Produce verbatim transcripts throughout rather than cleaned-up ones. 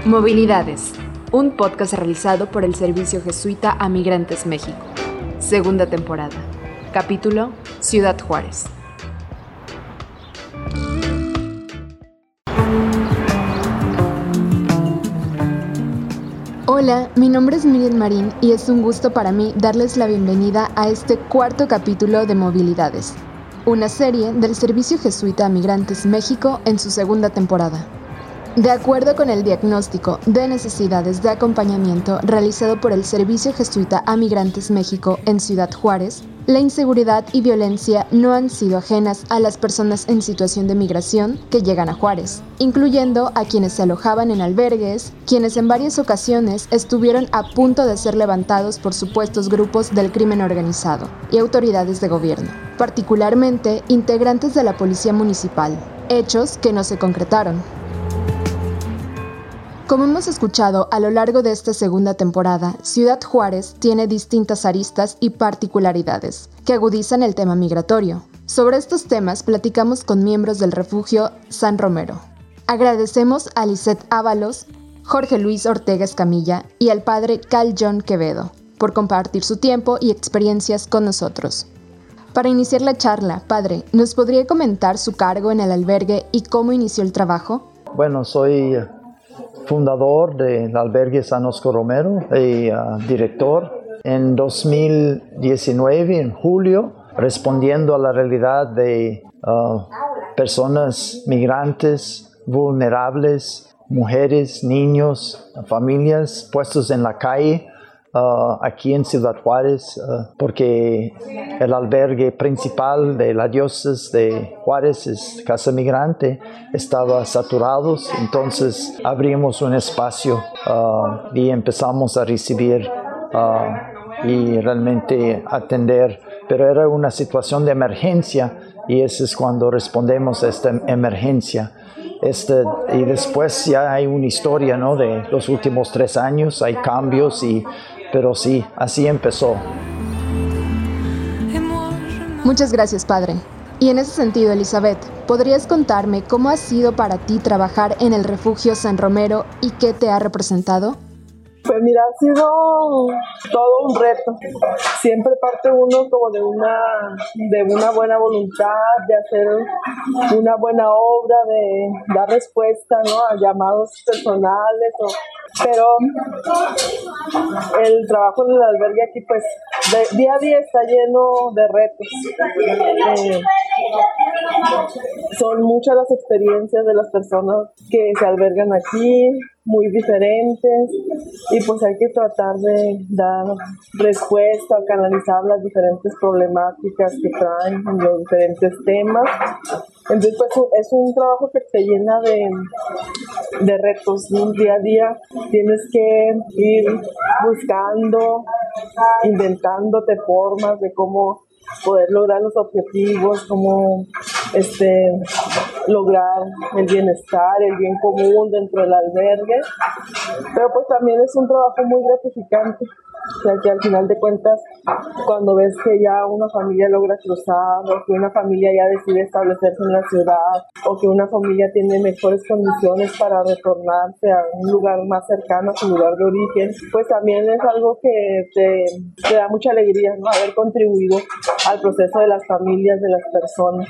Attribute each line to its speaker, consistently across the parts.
Speaker 1: Movilidades, un podcast realizado por el Servicio Jesuita a Migrantes México. Segunda temporada. Capítulo: Ciudad Juárez. Hola, mi nombre es Miriam Marín y es un gusto para mí darles la bienvenida a este cuarto capítulo de Movilidades, una serie del Servicio Jesuita a Migrantes México en su segunda temporada. De acuerdo con el diagnóstico de necesidades de acompañamiento realizado por el Servicio Jesuita a Migrantes México en Ciudad Juárez, la inseguridad y violencia no han sido ajenas a las personas en situación de migración que llegan a Juárez, incluyendo a quienes se alojaban en albergues, quienes en varias ocasiones estuvieron a punto de ser levantados por supuestos grupos del crimen organizado y autoridades de gobierno, particularmente integrantes de la Policía Municipal, hechos que no se concretaron. Como hemos escuchado a lo largo de esta segunda temporada, Ciudad Juárez tiene distintas aristas y particularidades que agudizan el tema migratorio. Sobre estos temas platicamos con miembros del refugio San Romero. Agradecemos a Lisette Ábalos, Jorge Luis Ortega Escamilla y al padre Cal John Quevedo por compartir su tiempo y experiencias con nosotros. Para iniciar la charla, padre, ¿nos podría comentar su cargo en el albergue y cómo inició el trabajo?
Speaker 2: Bueno, soy fundador del albergue San Oscar Romero y uh, director. En dos mil diecinueve, en julio, respondiendo a la realidad de uh, personas migrantes, vulnerables, mujeres, niños, familias puestos en la calle, Uh, aquí en Ciudad Juárez, uh, porque el albergue principal de la diócesis de Juárez es Casa Migrante, estaba saturado, entonces abrimos un espacio uh, y empezamos a recibir uh, y realmente atender, pero era una situación de emergencia y eso es cuando respondemos a esta emergencia. Este, y después ya hay una historia, ¿no? De los últimos tres años, hay cambios, y, pero sí, así empezó.
Speaker 1: Muchas gracias, padre. Y en ese sentido, Elizabeth, ¿podrías contarme cómo ha sido para ti trabajar en el refugio San Romero y qué te ha representado?
Speaker 3: Pues mira, ha sido todo un reto. Siempre parte uno como de una, de una buena voluntad, de hacer una buena obra, de dar respuesta, ¿no?, a llamados personales. O, pero el trabajo en el albergue aquí, pues, de, día a día está lleno de retos. Eh, son muchas las experiencias de las personas que se albergan aquí, muy diferentes, y pues hay que tratar de dar respuesta, canalizar las diferentes problemáticas que traen los diferentes temas. Entonces pues es un trabajo que te llena de, de retos, ¿no? Día a día tienes que ir buscando, inventándote formas de cómo poder lograr los objetivos, cómo este, lograr el bienestar, el bien común dentro del albergue. Pero pues también es un trabajo muy gratificante, o sea que al final de cuentas, cuando ves que ya una familia logra cruzar, o que una familia ya decide establecerse en la ciudad, o que una familia tiene mejores condiciones para retornarse a un lugar más cercano a su lugar de origen, pues también es algo que te, te da mucha alegría, ¿no?, haber contribuido al proceso de las familias, de las personas.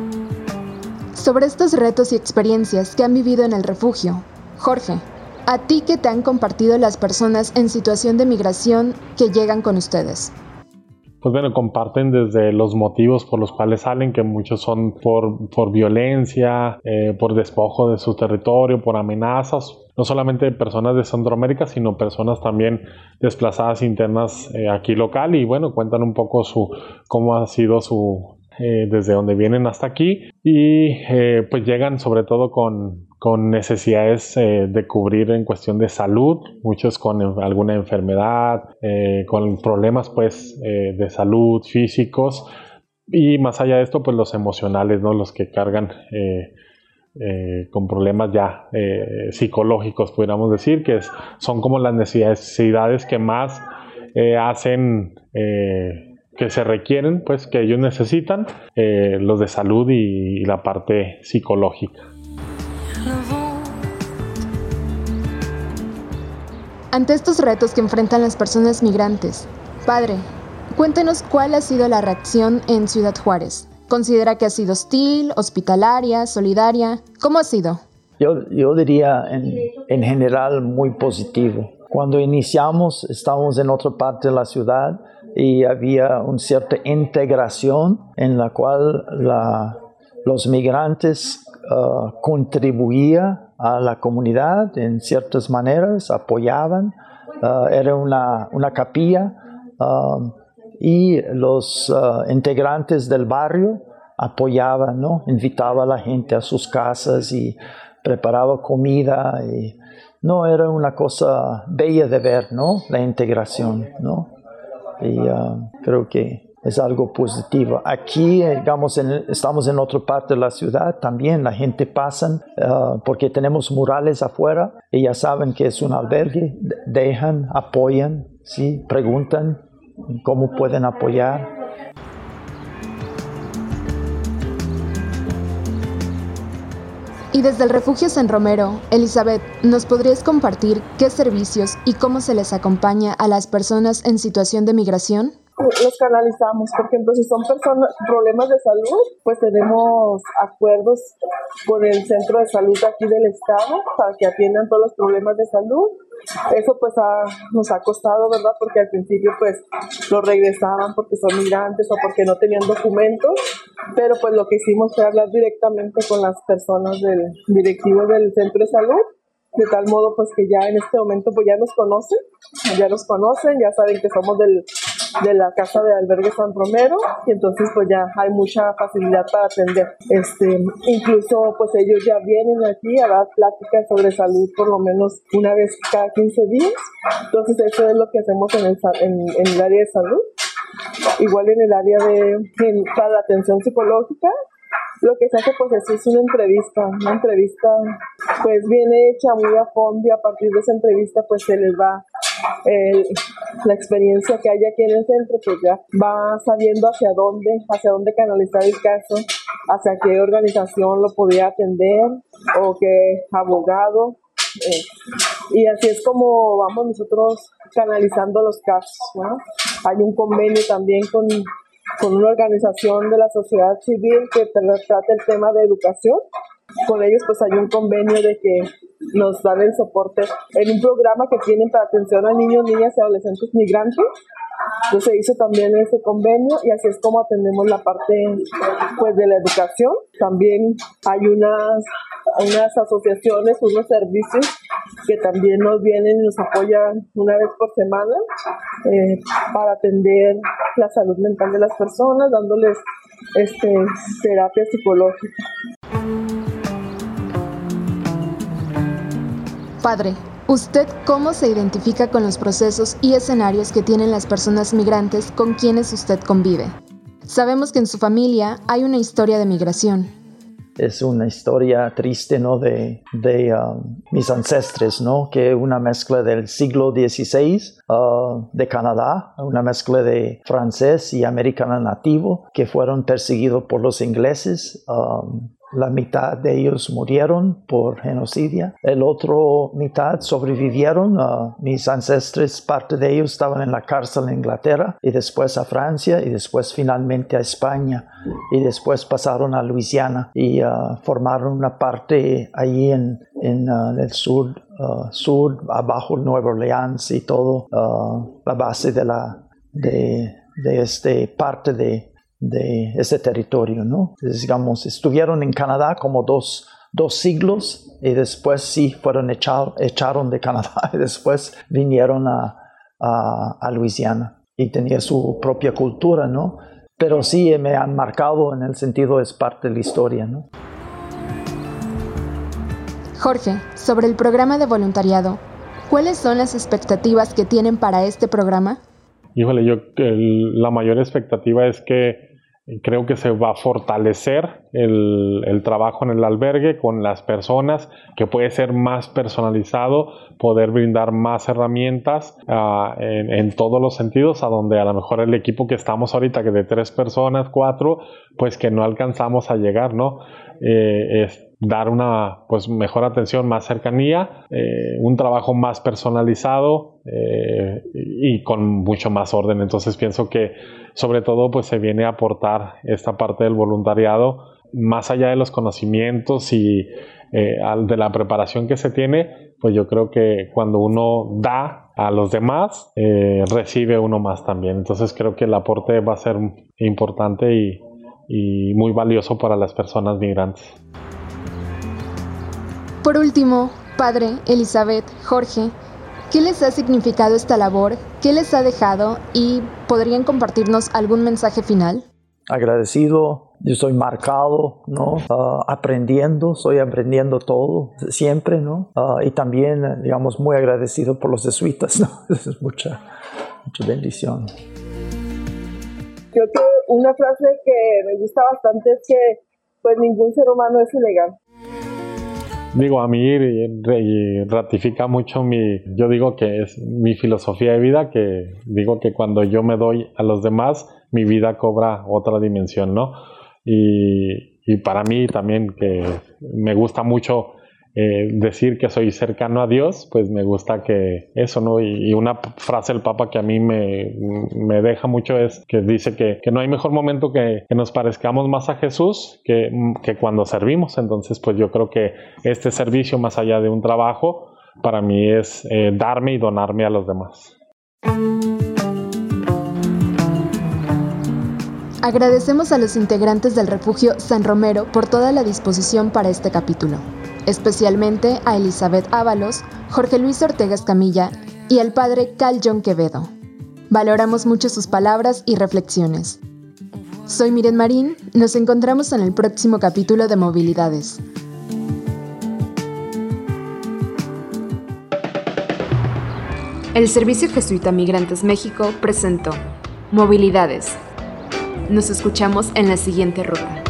Speaker 1: Sobre estos retos y experiencias que han vivido en el refugio, Jorge, ¿a ti qué te han compartido las personas en situación de migración que llegan con ustedes?
Speaker 4: Pues bueno, comparten desde los motivos por los cuales salen, que muchos son por, por violencia, eh, por despojo de su territorio, por amenazas, no solamente de personas de Centroamérica, sino personas también desplazadas internas eh, aquí local, y bueno, cuentan un poco su cómo ha sido su eh, desde donde vienen hasta aquí, y eh, pues llegan sobre todo con con necesidades eh, de cubrir en cuestión de salud, muchos con en, alguna enfermedad, eh, con problemas pues eh, de salud físicos, y más allá de esto pues los emocionales, ¿no?, los que cargan eh, eh, con problemas ya eh, psicológicos, pudiéramos decir, que es, son como las necesidades que más eh, hacen eh, que se requieren, pues que ellos necesitan, eh, los de salud y, y la parte psicológica.
Speaker 1: Ante estos retos que enfrentan las personas migrantes, padre, cuéntenos cuál ha sido la reacción en Ciudad Juárez. ¿Considera que ha sido hostil, hospitalaria, solidaria? ¿Cómo ha sido?
Speaker 2: Yo, yo diría en, en general muy positivo. Cuando iniciamos, estábamos en otra parte de la ciudad y había una cierta integración en la cual la, los migrantes uh, contribuían a la comunidad en ciertas maneras, apoyaban. Uh, era una, una capilla uh, y los uh, integrantes del barrio apoyaban, ¿no? Invitaba a la gente a sus casas y preparaba comida. Y, no, era una cosa bella de ver, ¿no? La integración, ¿no? Y uh, creo que es algo positivo. Aquí, digamos, en, estamos en otra parte de la ciudad, también la gente pasa uh, porque tenemos murales afuera y ya saben que es un albergue, dejan, apoyan, ¿sí? Preguntan cómo pueden apoyar.
Speaker 1: Y desde el Refugio San Romero, Elizabeth, ¿nos podrías compartir qué servicios y cómo se les acompaña a las personas en situación de migración?
Speaker 3: Los canalizamos, por ejemplo, si son personas, problemas de salud, pues tenemos acuerdos con el centro de salud aquí del estado para que atiendan todos los problemas de salud. Eso pues ha, nos ha costado, ¿verdad? Porque al principio pues los regresaban porque son migrantes o porque no tenían documentos, pero pues lo que hicimos fue hablar directamente con las personas del directivo del centro de salud, de tal modo pues que ya en este momento pues ya nos conocen, ya nos conocen, ya saben que somos del de la casa de albergue San Romero y entonces pues ya hay mucha facilidad para atender. Este, incluso pues ellos ya vienen aquí a dar pláticas sobre salud por lo menos una vez cada quince días. Entonces eso es lo que hacemos en el, en, en el área de salud. Igual en el área de en, para la atención psicológica, lo que se hace pues es una entrevista, una entrevista pues bien hecha, muy a fondo, y a partir de esa entrevista pues se les va eh, la experiencia que hay aquí en el centro, pues ya va sabiendo hacia dónde, hacia dónde canalizar el caso, hacia qué organización lo podría atender o qué abogado. Eh, y así es como vamos nosotros canalizando los casos, ¿no? Hay un convenio también con, con una organización de la sociedad civil que trata el tema de educación. Con ellos pues hay un convenio de que nos dan el soporte en un programa que tienen para atención a niños, niñas y adolescentes migrantes. Entonces se hizo también ese convenio y así es como atendemos la parte pues de la educación. También hay unas, unas asociaciones, unos servicios que también nos vienen y nos apoyan una vez por semana eh, para atender la salud mental de las personas, dándoles este, terapia psicológica.
Speaker 1: Padre, ¿usted cómo se identifica con los procesos y escenarios que tienen las personas migrantes con quienes usted convive? Sabemos que en su familia hay una historia de migración.
Speaker 2: Es una historia triste, ¿no? De, de um, mis ancestros, ¿no? Que es una mezcla del siglo dieciséis uh, de Canadá, una mezcla de francés y americano nativo que fueron perseguidos por los ingleses. Um, La mitad de ellos murieron por genocidio. El otro mitad sobrevivieron. Uh, mis ancestros, parte de ellos estaban en la cárcel en Inglaterra y después a Francia y después finalmente a España y después pasaron a Luisiana y uh, formaron una parte allí en, en uh, el sur, uh, sur, abajo Nueva Orleans y todo, uh, la base de, la, de, de esta parte de de ese territorio, ¿no? Entonces, digamos, estuvieron en Canadá como dos, dos siglos y después sí fueron echar, echaron de Canadá y después vinieron a, a, a Luisiana y tenía su propia cultura, ¿no? Pero sí me han marcado en el sentido, es parte de la historia, ¿no?
Speaker 1: Jorge, sobre el programa de voluntariado, ¿cuáles son las expectativas que tienen para este programa?
Speaker 4: Híjole, yo el, la mayor expectativa es que creo que se va a fortalecer el, el trabajo en el albergue con las personas, que puede ser más personalizado, poder brindar más herramientas uh, en, en todos los sentidos, a donde a lo mejor el equipo que estamos ahorita, que de tres personas, cuatro, pues que no alcanzamos a llegar, ¿no? Eh, es, dar una pues mejor atención, más cercanía, eh, un trabajo más personalizado eh, y con mucho más orden. Entonces pienso que sobre todo pues se viene a aportar esta parte del voluntariado más allá de los conocimientos y eh, de la preparación que se tiene. Pues yo creo que cuando uno da a los demás, eh, recibe uno más también. Entonces creo que el aporte va a ser importante y, y muy valioso para las personas migrantes.
Speaker 1: Por último, padre, Elizabeth, Jorge, ¿qué les ha significado esta labor? ¿Qué les ha dejado? ¿Y podrían compartirnos algún mensaje final?
Speaker 2: Agradecido, yo estoy marcado, ¿no? Uh, aprendiendo, estoy aprendiendo todo, siempre, ¿no? Uh, y también, digamos, muy agradecido por los jesuitas, ¿no? Eso es mucha, mucha bendición.
Speaker 3: Creo que una frase que me gusta bastante es que, pues, ningún ser humano es ilegal.
Speaker 4: Digo, a mí y ratifica mucho mi, yo digo que es mi filosofía de vida, que digo que cuando yo me doy a los demás, mi vida cobra otra dimensión, ¿no? Y, y para mí también, que me gusta mucho eh, decir que soy cercano a Dios, pues me gusta que eso, ¿no? Y, y una frase del Papa que a mí me, me deja mucho es que dice que, que no hay mejor momento que, que nos parezcamos más a Jesús que, que cuando servimos. Entonces, pues yo creo que este servicio, más allá de un trabajo, para mí es eh, darme y donarme a los demás.
Speaker 1: Agradecemos a los integrantes del Refugio San Romero por toda la disposición para este capítulo, especialmente a Elizabeth Ábalos, Jorge Luis Ortega Escamilla y al padre Cal John Quevedo. Valoramos mucho sus palabras y reflexiones. Soy Miriam Marín, nos encontramos en el próximo capítulo de Movilidades. El Servicio Jesuita Migrantes México presentó Movilidades. Nos escuchamos en la siguiente ruta.